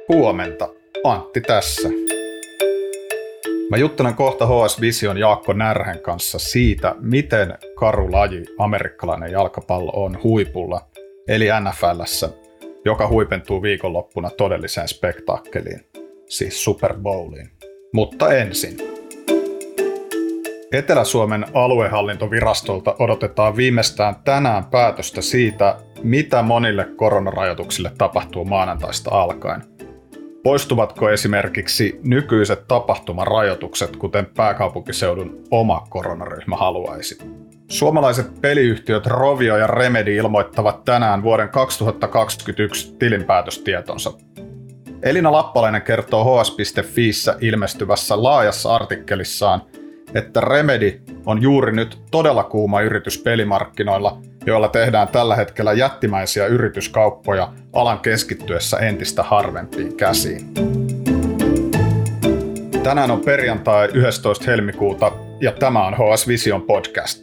Huomenta, Antti tässä. Mä juttelen kohta HS Vision Jaakko Närhen kanssa siitä, miten karu laji amerikkalainen jalkapallo on huipulla, eli NFL:ssä, joka huipentuu viikonloppuna todelliseen spektaakkeliin, siis Super Bowliin. Mutta ensin. Etelä-Suomen aluehallintovirastolta odotetaan viimeistään tänään päätöstä siitä, mitä monille koronarajoituksille tapahtuu maanantaista alkaen. Poistuvatko esimerkiksi nykyiset tapahtumarajoitukset, kuten pääkaupunkiseudun oma koronaryhmä haluaisi? Suomalaiset peliyhtiöt Rovio ja Remedy ilmoittavat tänään vuoden 2021 tilinpäätöstietonsa. Elina Lappalainen kertoo hs.fiissä ilmestyvässä laajassa artikkelissaan, että Remedy on juuri nyt todella kuuma yritys pelimarkkinoilla, joilla tehdään tällä hetkellä jättimäisiä yrityskauppoja alan keskittyessä entistä harvempiin käsiin. Tänään on perjantai 11. helmikuuta ja tämä on HS Vision podcast.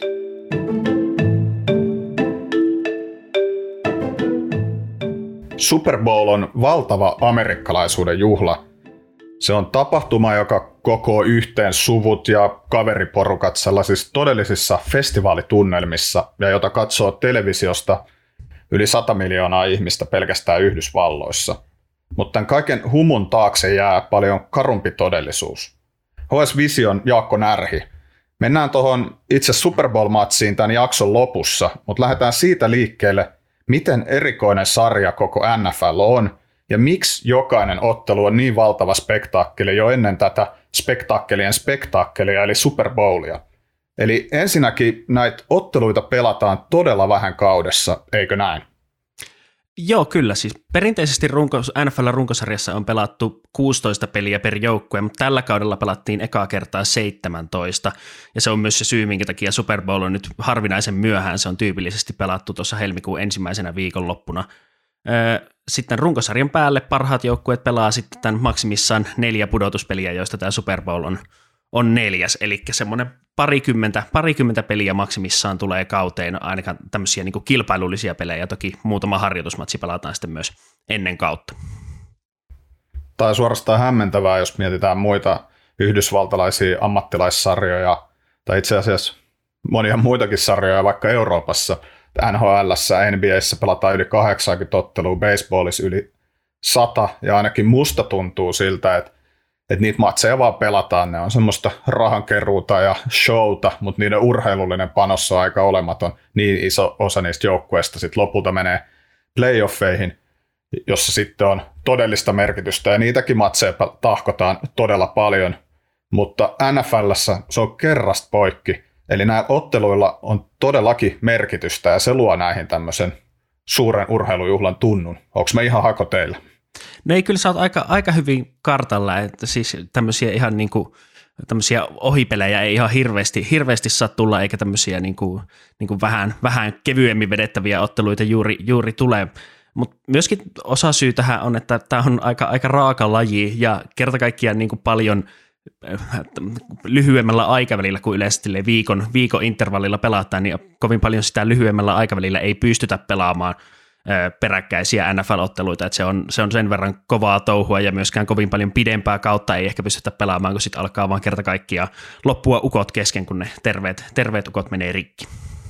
Super Bowl on valtava amerikkalaisuuden juhla. Se on tapahtuma, joka kokoo yhteen suvut ja kaveriporukat sellaisissa todellisissa festivaalitunnelmissa ja jota katsoo televisiosta yli 100 miljoonaa ihmistä pelkästään Yhdysvalloissa. Mutta tämän kaiken humun taakse jää paljon karumpi todellisuus. HS Vision Jaakko Närhi. Mennään tuohon itse Super Bowl-matsiin tämän jakson lopussa, mutta lähdetään siitä liikkeelle, miten erikoinen sarja koko NFL on, ja miksi jokainen ottelu on niin valtava spektaakkeli jo ennen tätä spektaakkelien spektaakkelia, eli Super Bowlia. Eli ensinnäkin näitä otteluita pelataan todella vähän kaudessa, eikö näin? Joo, kyllä. Siis perinteisesti NFL-runkosarjassa on pelattu 16 peliä per joukkue, mutta tällä kaudella pelattiin ekaa kertaa 17, ja se on myös se syy, minkä takia Super Bowl on nyt harvinaisen myöhään. Se on tyypillisesti pelattu tuossa helmikuun ensimmäisenä viikonloppuna. Sitten runkosarjan päälle parhaat joukkueet pelaa sitten tämän maksimissaan 4 pudotuspeliä, joista tämä Super Bowl on 4. Eli semmoinen parikymmentä peliä maksimissaan tulee kauteen, ainakaan tämmöisiä niin kuin kilpailullisia pelejä, toki muutama harjoitusmatsi pelataan sitten myös ennen kautta. Tai suorastaan hämmentävää, jos mietitään muita yhdysvaltalaisia ammattilaissarjoja, tai itse asiassa monia muitakin sarjoja vaikka Euroopassa. NHL:ssä, NBA:ssä pelataan yli 80 ottelua, baseballissa yli 100, ja ainakin musta tuntuu siltä, että niitä matseja vaan pelataan, ne on semmoista rahankeruuta ja showta, mutta niiden urheilullinen panos on aika olematon. Niin iso osa niistä joukkueista sitten lopulta menee playoffeihin, jossa sitten on todellista merkitystä, ja niitäkin matseja tahkotaan todella paljon, mutta NFL:ssä se on kerrasta poikki. Eli näillä otteluilla on todellakin merkitystä, ja se luo näihin tämmöisen suuren urheilujuhlan tunnun. Onko me ihan hakoteilla? No ei, kyllä sä oot aika hyvin kartalla, että siis tämmöisiä ihan niinku tämmöisiä ohipelejä ei ihan hirveästi saa tulla, eikä tämmöisiä niinku vähän kevyemmin vedettäviä otteluita juuri tulee. Mutta myöskin osa syy tähän on, että tämä on aika raaka laji, ja kerta kaikkiaan niinku paljon lyhyemmällä aikavälillä kuin yleensä viikon intervallilla pelataan, niin kovin paljon sitä lyhyemmällä aikavälillä ei pystytä pelaamaan peräkkäisiä NFL-otteluita, että se on sen verran kovaa touhua, ja myöskään kovin paljon pidempää kautta ei ehkä pystytä pelaamaan, kun sitten alkaa vaan kerta kaikkiaan loppua ukot kesken, kun ne terveet ukot menee rikki.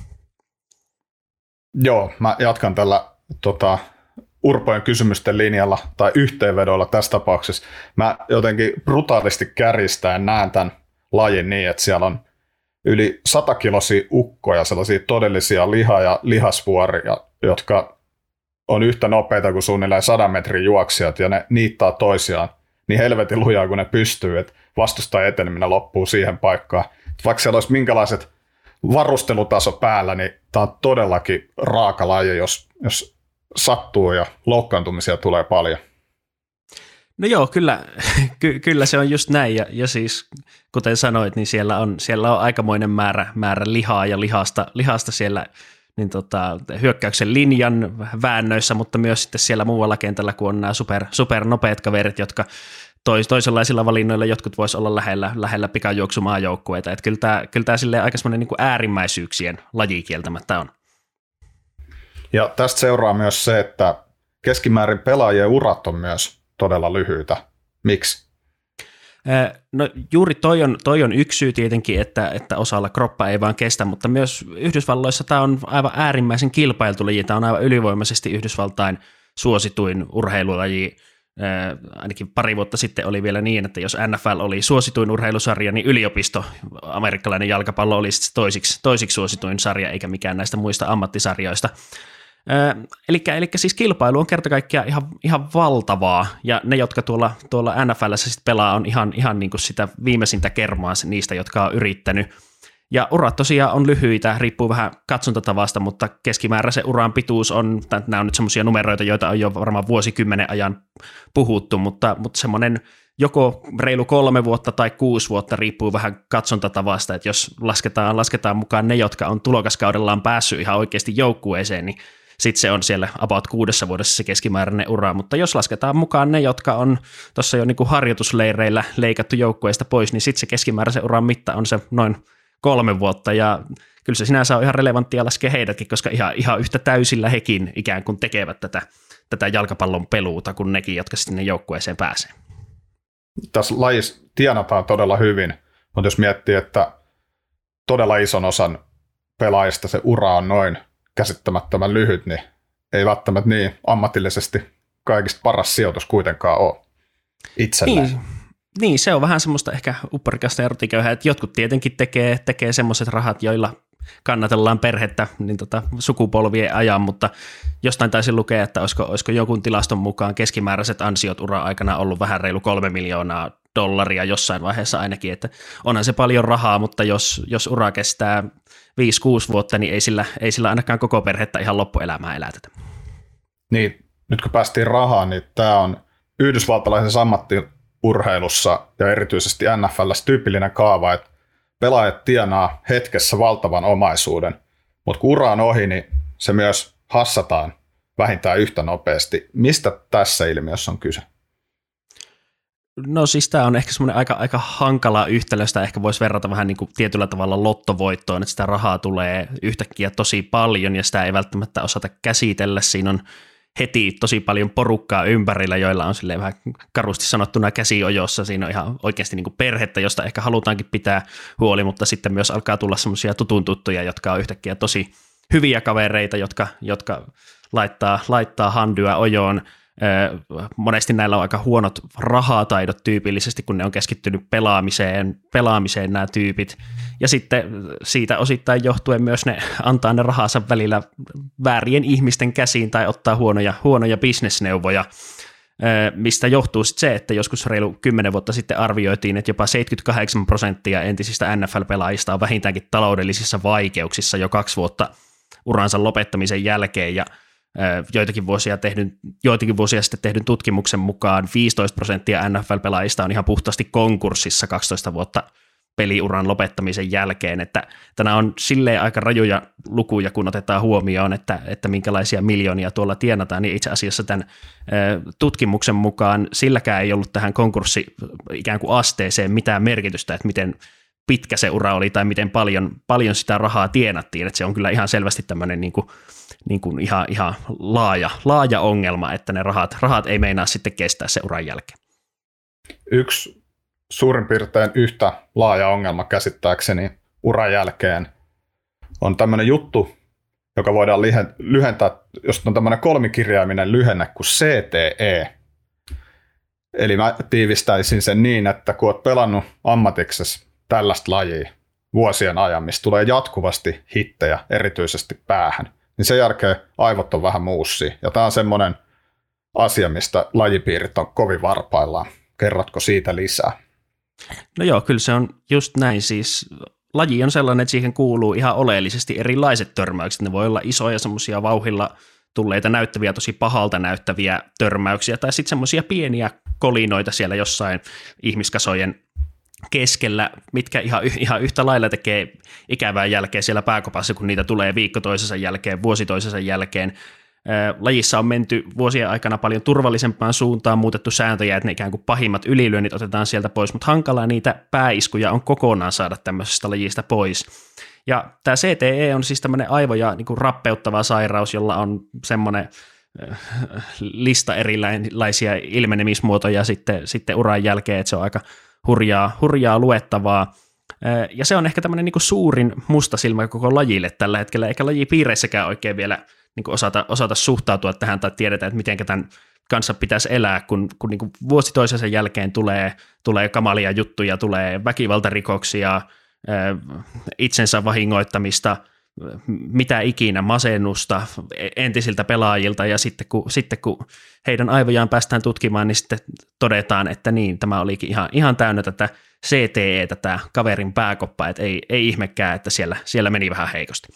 Joo, mä jatkan tällä Urpojen kysymysten linjalla tai yhteenvedolla tässä tapauksessa. Mä jotenkin brutaalisti kärjistäen näen tämän lajin niin, että siellä on yli 100-kiloisia ukkoja, sellaisia todellisia liha- ja lihasvuoria, jotka on yhtä nopeita kuin suunnilleen 100 metrin juoksijat, ja ne niittaa toisiaan niin helvetin lujaa kuin ne pystyy, että vastustajan eteneminen loppuu siihen paikkaan. Vaikka siellä olisi minkälaiset varustelutaso päällä, niin tämä on todellakin raaka laji, jos sattuu ja loukkaantumisia tulee paljon. No joo, kyllä se on just näin, ja siis kuten sanoit, niin siellä on aikamoinen määrä lihaa ja lihasta siellä niin hyökkäyksen linjan väännöissä, mutta myös sitten siellä muualla kentällä, kun on nämä supernopeat kaverit, jotka toisenlaisilla valinnoilla jotkut vois olla lähellä pikajuoksumaajoukkueita, että kyllä tämä silleen aika semmoinen niin kuin äärimmäisyyksien laji kieltämättä on. Ja tästä seuraa myös se, että keskimäärin pelaajien urat on myös todella lyhyitä. Miksi? No juuri toi on yksi syy tietenkin, että osalla kroppa ei vaan kestä, mutta myös Yhdysvalloissa tämä on aivan äärimmäisen kilpailtu laji. Tämä on aivan ylivoimaisesti Yhdysvaltain suosituin urheilulaji. Ainakin pari vuotta sitten oli vielä niin, että jos NFL oli suosituin urheilusarja, niin yliopisto, amerikkalainen jalkapallo, oli toisiksi suosituin sarja, eikä mikään näistä muista ammattisarjoista. Eli siis kilpailu on kerta kaikkiaan ihan valtavaa, ja ne, jotka tuolla NFL:ssä sitten pelaa, on ihan niin kuin sitä viimeisintä kermaa niistä, jotka on yrittänyt. Ja urat tosiaan on lyhyitä, riippuu vähän katsontatavasta, mutta keskimääräisen uran pituus on, nämä on nyt semmoisia numeroita, joita on jo varmaan vuosikymmenen ajan puhuttu, mutta semmoinen joko reilu 3 vuotta tai 6 vuotta riippuu vähän katsontatavasta, että jos lasketaan mukaan ne, jotka on tulokaskaudellaan päässyt ihan oikeasti joukkueeseen, niin sitten se on siellä about 6 vuodessa se keskimääräinen ura, mutta jos lasketaan mukaan ne, jotka on tuossa jo niin kuin harjoitusleireillä leikattu joukkueesta pois, niin sitten se keskimääräisen uran mitta on se noin 3 vuotta, ja kyllä se sinänsä on ihan relevanttia laskea heidätkin, koska ihan yhtä täysillä hekin ikään kuin tekevät tätä jalkapallon peluuta kuin nekin, jotka sinne joukkueeseen pääsee. Tässä lajissa tienataan todella hyvin, mutta jos miettii, että todella ison osan pelaajista se ura on noin käsittämättömän lyhyt, niin ei välttämättä niin ammatillisesti kaikista paras sijoitus kuitenkaan ole itselleen. Niin, se on vähän semmoista ehkä upporikasta ja rotiköyhää, että jotkut tietenkin tekee semmoiset rahat, joilla kannatellaan perhettä niin sukupolvien ajan, mutta jostain taisin lukea, että olisiko jonkun tilaston mukaan keskimääräiset ansiot ura-aikana ollut vähän reilu $3 miljoonaa jossain vaiheessa ainakin, että onhan se paljon rahaa, mutta jos ura kestää 5-6 vuotta, niin ei sillä ainakaan koko perhettä ihan loppuelämää elätetä. Niin, nyt kun päästiin rahaan, niin tämä on yhdysvaltalaisessa ammattiurheilussa ja erityisesti NFL:ssä tyypillinen kaava, että pelaajat tienaa hetkessä valtavan omaisuuden, mutta kun ura on ohi, niin se myös hassataan vähintään yhtä nopeasti. Mistä tässä ilmiössä on kyse? No siis tämä on ehkä semmoinen aika hankala yhtälö, sitä ehkä voisi verrata vähän niin kuin tietyllä tavalla lottovoittoon, että sitä rahaa tulee yhtäkkiä tosi paljon ja sitä ei välttämättä osata käsitellä. Siinä on heti tosi paljon porukkaa ympärillä, joilla on silleen vähän karusti sanottuna käsiojossa. Siinä on ihan oikeasti niin kuin perhettä, josta ehkä halutaankin pitää huoli, mutta sitten myös alkaa tulla semmoisia tutun tuttuja, jotka on yhtäkkiä tosi hyviä kavereita, jotka laittaa handyä ojoon. Monesti näillä on aika huonot rahataidot tyypillisesti, kun ne on keskittynyt pelaamiseen nämä tyypit. Ja sitten siitä osittain johtuen myös ne antaa ne rahansa välillä väärien ihmisten käsiin tai ottaa huonoja bisnesneuvoja, mistä johtuu sitten se, että joskus reilu 10 vuotta sitten arvioitiin, että jopa 78% entisistä NFL-pelaajista on vähintäänkin taloudellisissa vaikeuksissa jo 2 vuotta uransa lopettamisen jälkeen, ja joitakin vuosia sitten tehdyn tutkimuksen mukaan 15% NFL-pelaajista on ihan puhtaasti konkurssissa 12 vuotta peliuran lopettamisen jälkeen, että nämä on silleen aika rajuja lukuja, kun otetaan huomioon, että minkälaisia miljoonia tuolla tienataan, niin itse asiassa tämän tutkimuksen mukaan silläkään ei ollut tähän konkurssi ikään kuin asteeseen mitään merkitystä, että miten pitkä se ura oli tai miten paljon sitä rahaa tienattiin, että se on kyllä ihan selvästi tämmöinen niin kuin ihan laaja ongelma, että ne rahat ei meinaa sitten kestää se uran jälkeen. Yksi suurin piirtein yhtä laaja ongelma käsittääkseni uran jälkeen on tämmöinen juttu, joka voidaan lyhentää, jos on tämmöinen 3-kirjaiminen lyhenne kuin CTE. Eli mä tiivistäisin sen niin, että kun oot pelannut ammatiksessa tällaista lajia vuosien ajan, missä tulee jatkuvasti hittejä, erityisesti päähän, niin sen jälkeen aivot on vähän muussia. Ja tämä on semmoinen asia, mistä lajipiirit on kovin varpaillaan. Kerrotko siitä lisää? No joo, kyllä se on just näin. Siis laji on sellainen, että siihen kuuluu ihan oleellisesti erilaiset törmäykset. Ne voi olla isoja semmoisia vauhilla tulleita näyttäviä, tosi pahalta näyttäviä törmäyksiä, tai sitten semmoisia pieniä kolinoita siellä jossain ihmiskasojen keskellä, mitkä ihan yhtä lailla tekee ikävää jälkeä siellä pääkopassa, kun niitä tulee viikko toisensa jälkeen, vuosi toisensa jälkeen. Lajissa on menty vuosien aikana paljon turvallisempaan suuntaan, muutettu sääntöjä, että ne ikään kuin pahimmat ylilyönnit otetaan sieltä pois, mutta hankalaa niitä pääiskuja on kokonaan saada tämmöisestä lajista pois. Ja tämä CTE on siis tämmöinen aivoja niin kuin rappeuttava sairaus, jolla on semmoinen lista erilaisia ilmenemismuotoja sitten uran jälkeen, että se on aika hurjaa luettavaa. Ja se on ehkä tämmöinen niin kuin suurin musta silmä koko lajille tällä hetkellä, eikä lajipiireissäkään oikein vielä niin kuin osata suhtautua tähän tai tiedetä, että miten tämän kanssa pitäisi elää, kun niin kuin vuosi toisensa jälkeen tulee kamalia juttuja, tulee väkivaltarikoksia, itsensä vahingoittamista, mitä ikinä, masennusta entisiltä pelaajilta, ja sitten kun heidän aivojaan päästään tutkimaan, niin sitten todetaan, että niin, tämä olikin ihan täynnä tätä CTE, tätä kaverin pääkoppaa, että ei ihmekään, että siellä meni vähän heikosti.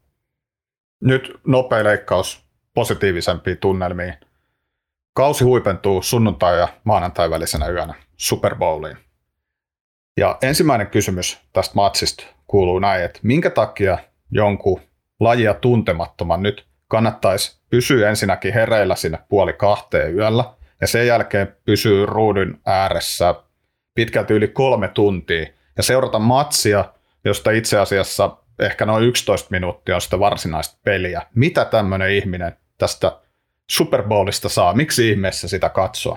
Nyt nopea leikkaus positiivisempiin tunnelmiin. Kausi huipentuu sunnuntai- ja maanantai välisenä yönä Super Bowliin. Ja ensimmäinen kysymys tästä matsista kuuluu näin, että minkä takia jonkun lajia tuntemattoman nyt kannattaisi pysyä ensinnäkin hereillä sinne 1:30 yöllä, ja sen jälkeen pysyä ruudun ääressä pitkälti yli 3 tuntia, ja seurata matsia, josta itse asiassa ehkä noin 11 minuuttia on sitä varsinaista peliä. Mitä tämmöinen ihminen tästä Super Bowlista saa? Miksi ihmeessä sitä katsoa?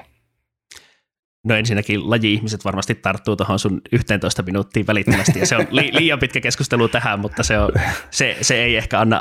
No ensinnäkin laji-ihmiset varmasti tarttuu tuohon sun 11 minuuttiin välittömästi, ja se on liian pitkä keskustelu tähän, mutta se ei ehkä anna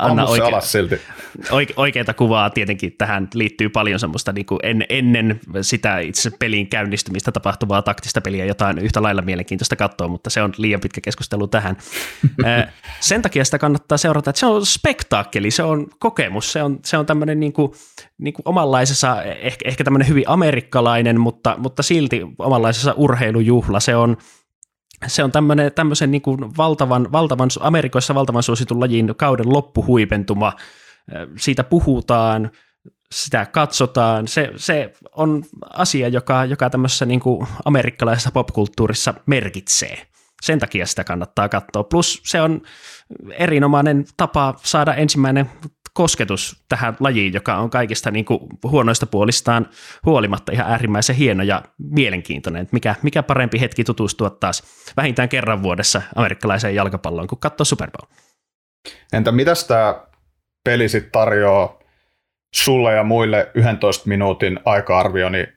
oikeaa kuvaa. Tietenkin tähän liittyy paljon semmoista niin kuin ennen sitä itse pelin käynnistymistä tapahtuvaa taktista peliä, jota on yhtä lailla mielenkiintoista katsoa, mutta se on liian pitkä keskustelu tähän. Sen takia sitä kannattaa seurata, että se on spektaakkeli, se on kokemus, se on tämmöinen niin kuin omanlaisessa, ehkä tämmöinen hyvin amerikkalainen, mutta silti omanlaisessa urheilujuhla. Se on tämmöisen niin kuin valtavan, Amerikoissa valtavan suositun lajin kauden loppuhuipentuma. Siitä puhutaan, sitä katsotaan. Se on asia, joka tämmöisessä niin kuin amerikkalaisessa popkulttuurissa merkitsee. Sen takia sitä kannattaa katsoa. Plus se on erinomainen tapa saada ensimmäinen kosketus tähän lajiin, joka on kaikista niin kuin huonoista puolistaan huolimatta ihan äärimmäisen hieno ja mielenkiintoinen. Mikä parempi hetki tutustua taas vähintään kerran vuodessa amerikkalaiseen jalkapalloon, kun katsoo Super Bowl. Entä mitäs tämä peli sitten tarjoaa sulle ja muille 11 minuutin aika-arvioni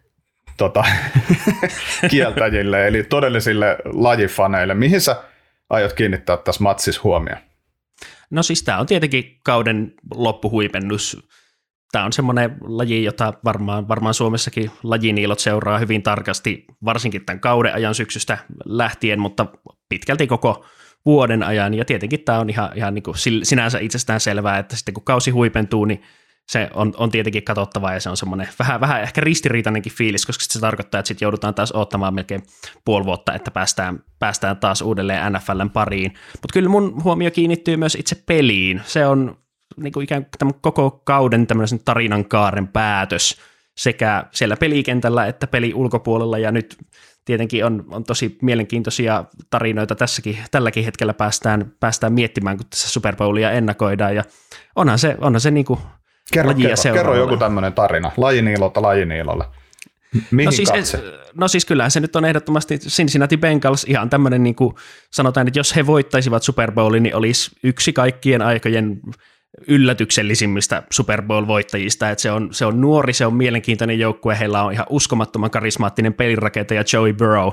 kieltäjille, eli todellisille lajifaneille? Mihin sä aiot kiinnittää tässä matsissa huomioon? No siis tämä on tietenkin kauden loppuhuipennus. Tämä on semmoinen laji, jota varmaan Suomessakin lajiniilot seuraa hyvin tarkasti, varsinkin tämän kauden ajan syksystä lähtien, mutta pitkälti koko vuoden ajan. Ja tietenkin tämä on ihan niin kuin sinänsä itsestään selvää, että sitten kun kausi huipentuu, niin se on tietenkin katsottavaa ja se on semmoinen vähän ehkä ristiriitainenkin fiilis, koska se tarkoittaa, että sitten joudutaan taas odottamaan melkein puoli vuotta, että päästään taas uudelleen NFLn pariin. Mutta kyllä mun huomio kiinnittyy myös itse peliin. Se on niin kuin ikään kuin koko kauden tämmöisen tarinankaaren päätös sekä siellä pelikentällä että peli ulkopuolella, ja nyt tietenkin on tosi mielenkiintoisia tarinoita tälläkin hetkellä päästään miettimään, kun tässä Super Bowlia ennakoidaan, ja onhan se niin kuin Kerro joku tämmöinen tarina, lajiniilolta lajiniilolle. Mihin katse? No siis kyllähän se nyt on ehdottomasti Cincinnati Bengals ihan tämmöinen, niin kuin sanotaan, että jos he voittaisivat Super Bowlin, niin olisi yksi kaikkien aikojen yllätyksellisimmistä Super Bowl-voittajista, että se on nuori, se on mielenkiintoinen joukkue, heillä on ihan uskomattoman karismaattinen pelirakentaja Joey Burrow,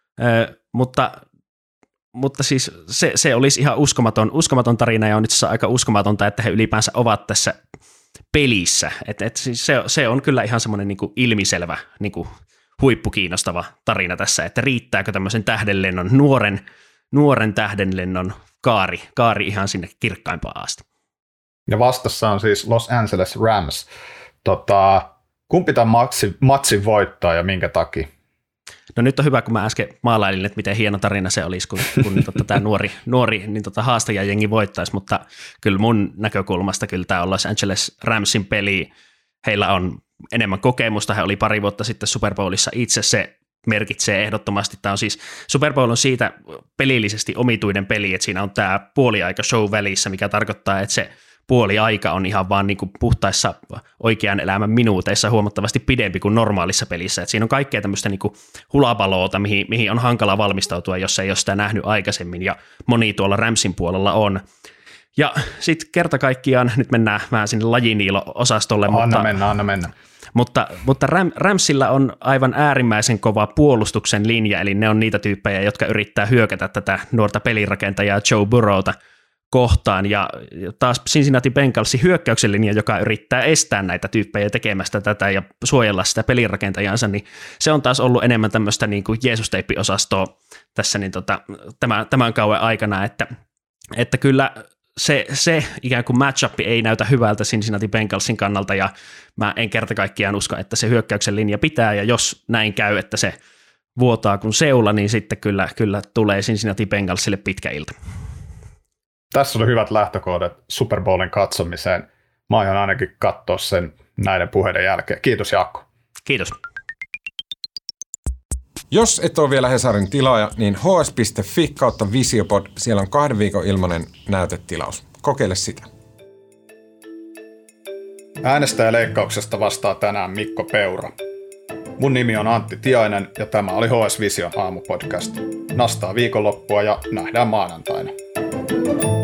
mutta siis se olisi ihan uskomaton tarina, ja on itse asiassa aika uskomatonta, että he ylipäänsä ovat tässä pelissä. Siis se on kyllä ihan semmoinen niin kuin ilmiselvä niin kuin huippukiinnostava tarina tässä, että riittääkö tämmöisen tähdenlennon, nuoren tähdenlennon kaari ihan sinne kirkkaimpaan asti. Ja vastassa on siis Los Angeles Rams. Kumpi tämän matsin voittaa ja minkä takia? No nyt on hyvä, kun mä äsken maalailin, että miten hieno tarina se olisi, kun tämä nuori niin haastajajengi voittaisi, mutta kyllä mun näkökulmasta kyllä tämä on Los Angeles Ramsin peli. Heillä on enemmän kokemusta, he oli pari vuotta sitten Super Bowlissa itse, se merkitsee ehdottomasti. Tämä on siis, Super Bowl on siitä pelillisesti omituinen peli, että siinä on tämä puoliaika show välissä, mikä tarkoittaa, että se puoli aika on ihan vaan niin kuin puhtaissa oikean elämän minuuteissa huomattavasti pidempi kuin normaalissa pelissä. Et siinä on kaikkea tämmöistä niin kuin hulabaloota, mihin on hankala valmistautua, jos ei ole sitä nähnyt aikaisemmin, ja moni tuolla Ramsin puolella on. Ja sitten kerta kaikkiaan, nyt mennään vähän sinne lajiniilo-osastolle. Anna mennä. Mutta Ramsilla on aivan äärimmäisen kova puolustuksen linja, eli ne on niitä tyyppejä, jotka yrittää hyökätä tätä nuorta pelirakentajaa Joe Burrowta kohtaan, ja taas Cincinnati Bengalsin hyökkäyksen linja, joka yrittää estää näitä tyyppejä tekemästä tätä ja suojella sitä pelirakentajansa, niin se on taas ollut enemmän tämmöistä niin kuin Jeesus-teippi-osastoa tässä niin tämän kauden aikana, että kyllä se ikään kuin matchup ei näytä hyvältä Cincinnati Bengalsin kannalta, ja mä en kerta kaikkiaan usko, että se hyökkäyksen linja pitää, ja jos näin käy, että se vuotaa kuin seula, niin sitten kyllä tulee Cincinnati Bengalsille pitkä ilta. Tässä oli hyvät lähtökohdat Super Bowlin katsomiseen. Mä aion ainakin katsoa sen näiden puheiden jälkeen. Kiitos Jaakko. Kiitos. Jos et ole vielä Hesarin tilaaja, niin hs.fi/visiopod, siellä on 2 viikon ilmainen näytetilaus. Kokeile sitä. Äänestäjäleikkauksesta vastaa tänään Mikko Peura. Mun nimi on Antti Tiainen ja tämä oli HS Vision aamupodcast. Nastaa viikonloppua ja nähdään maanantaina.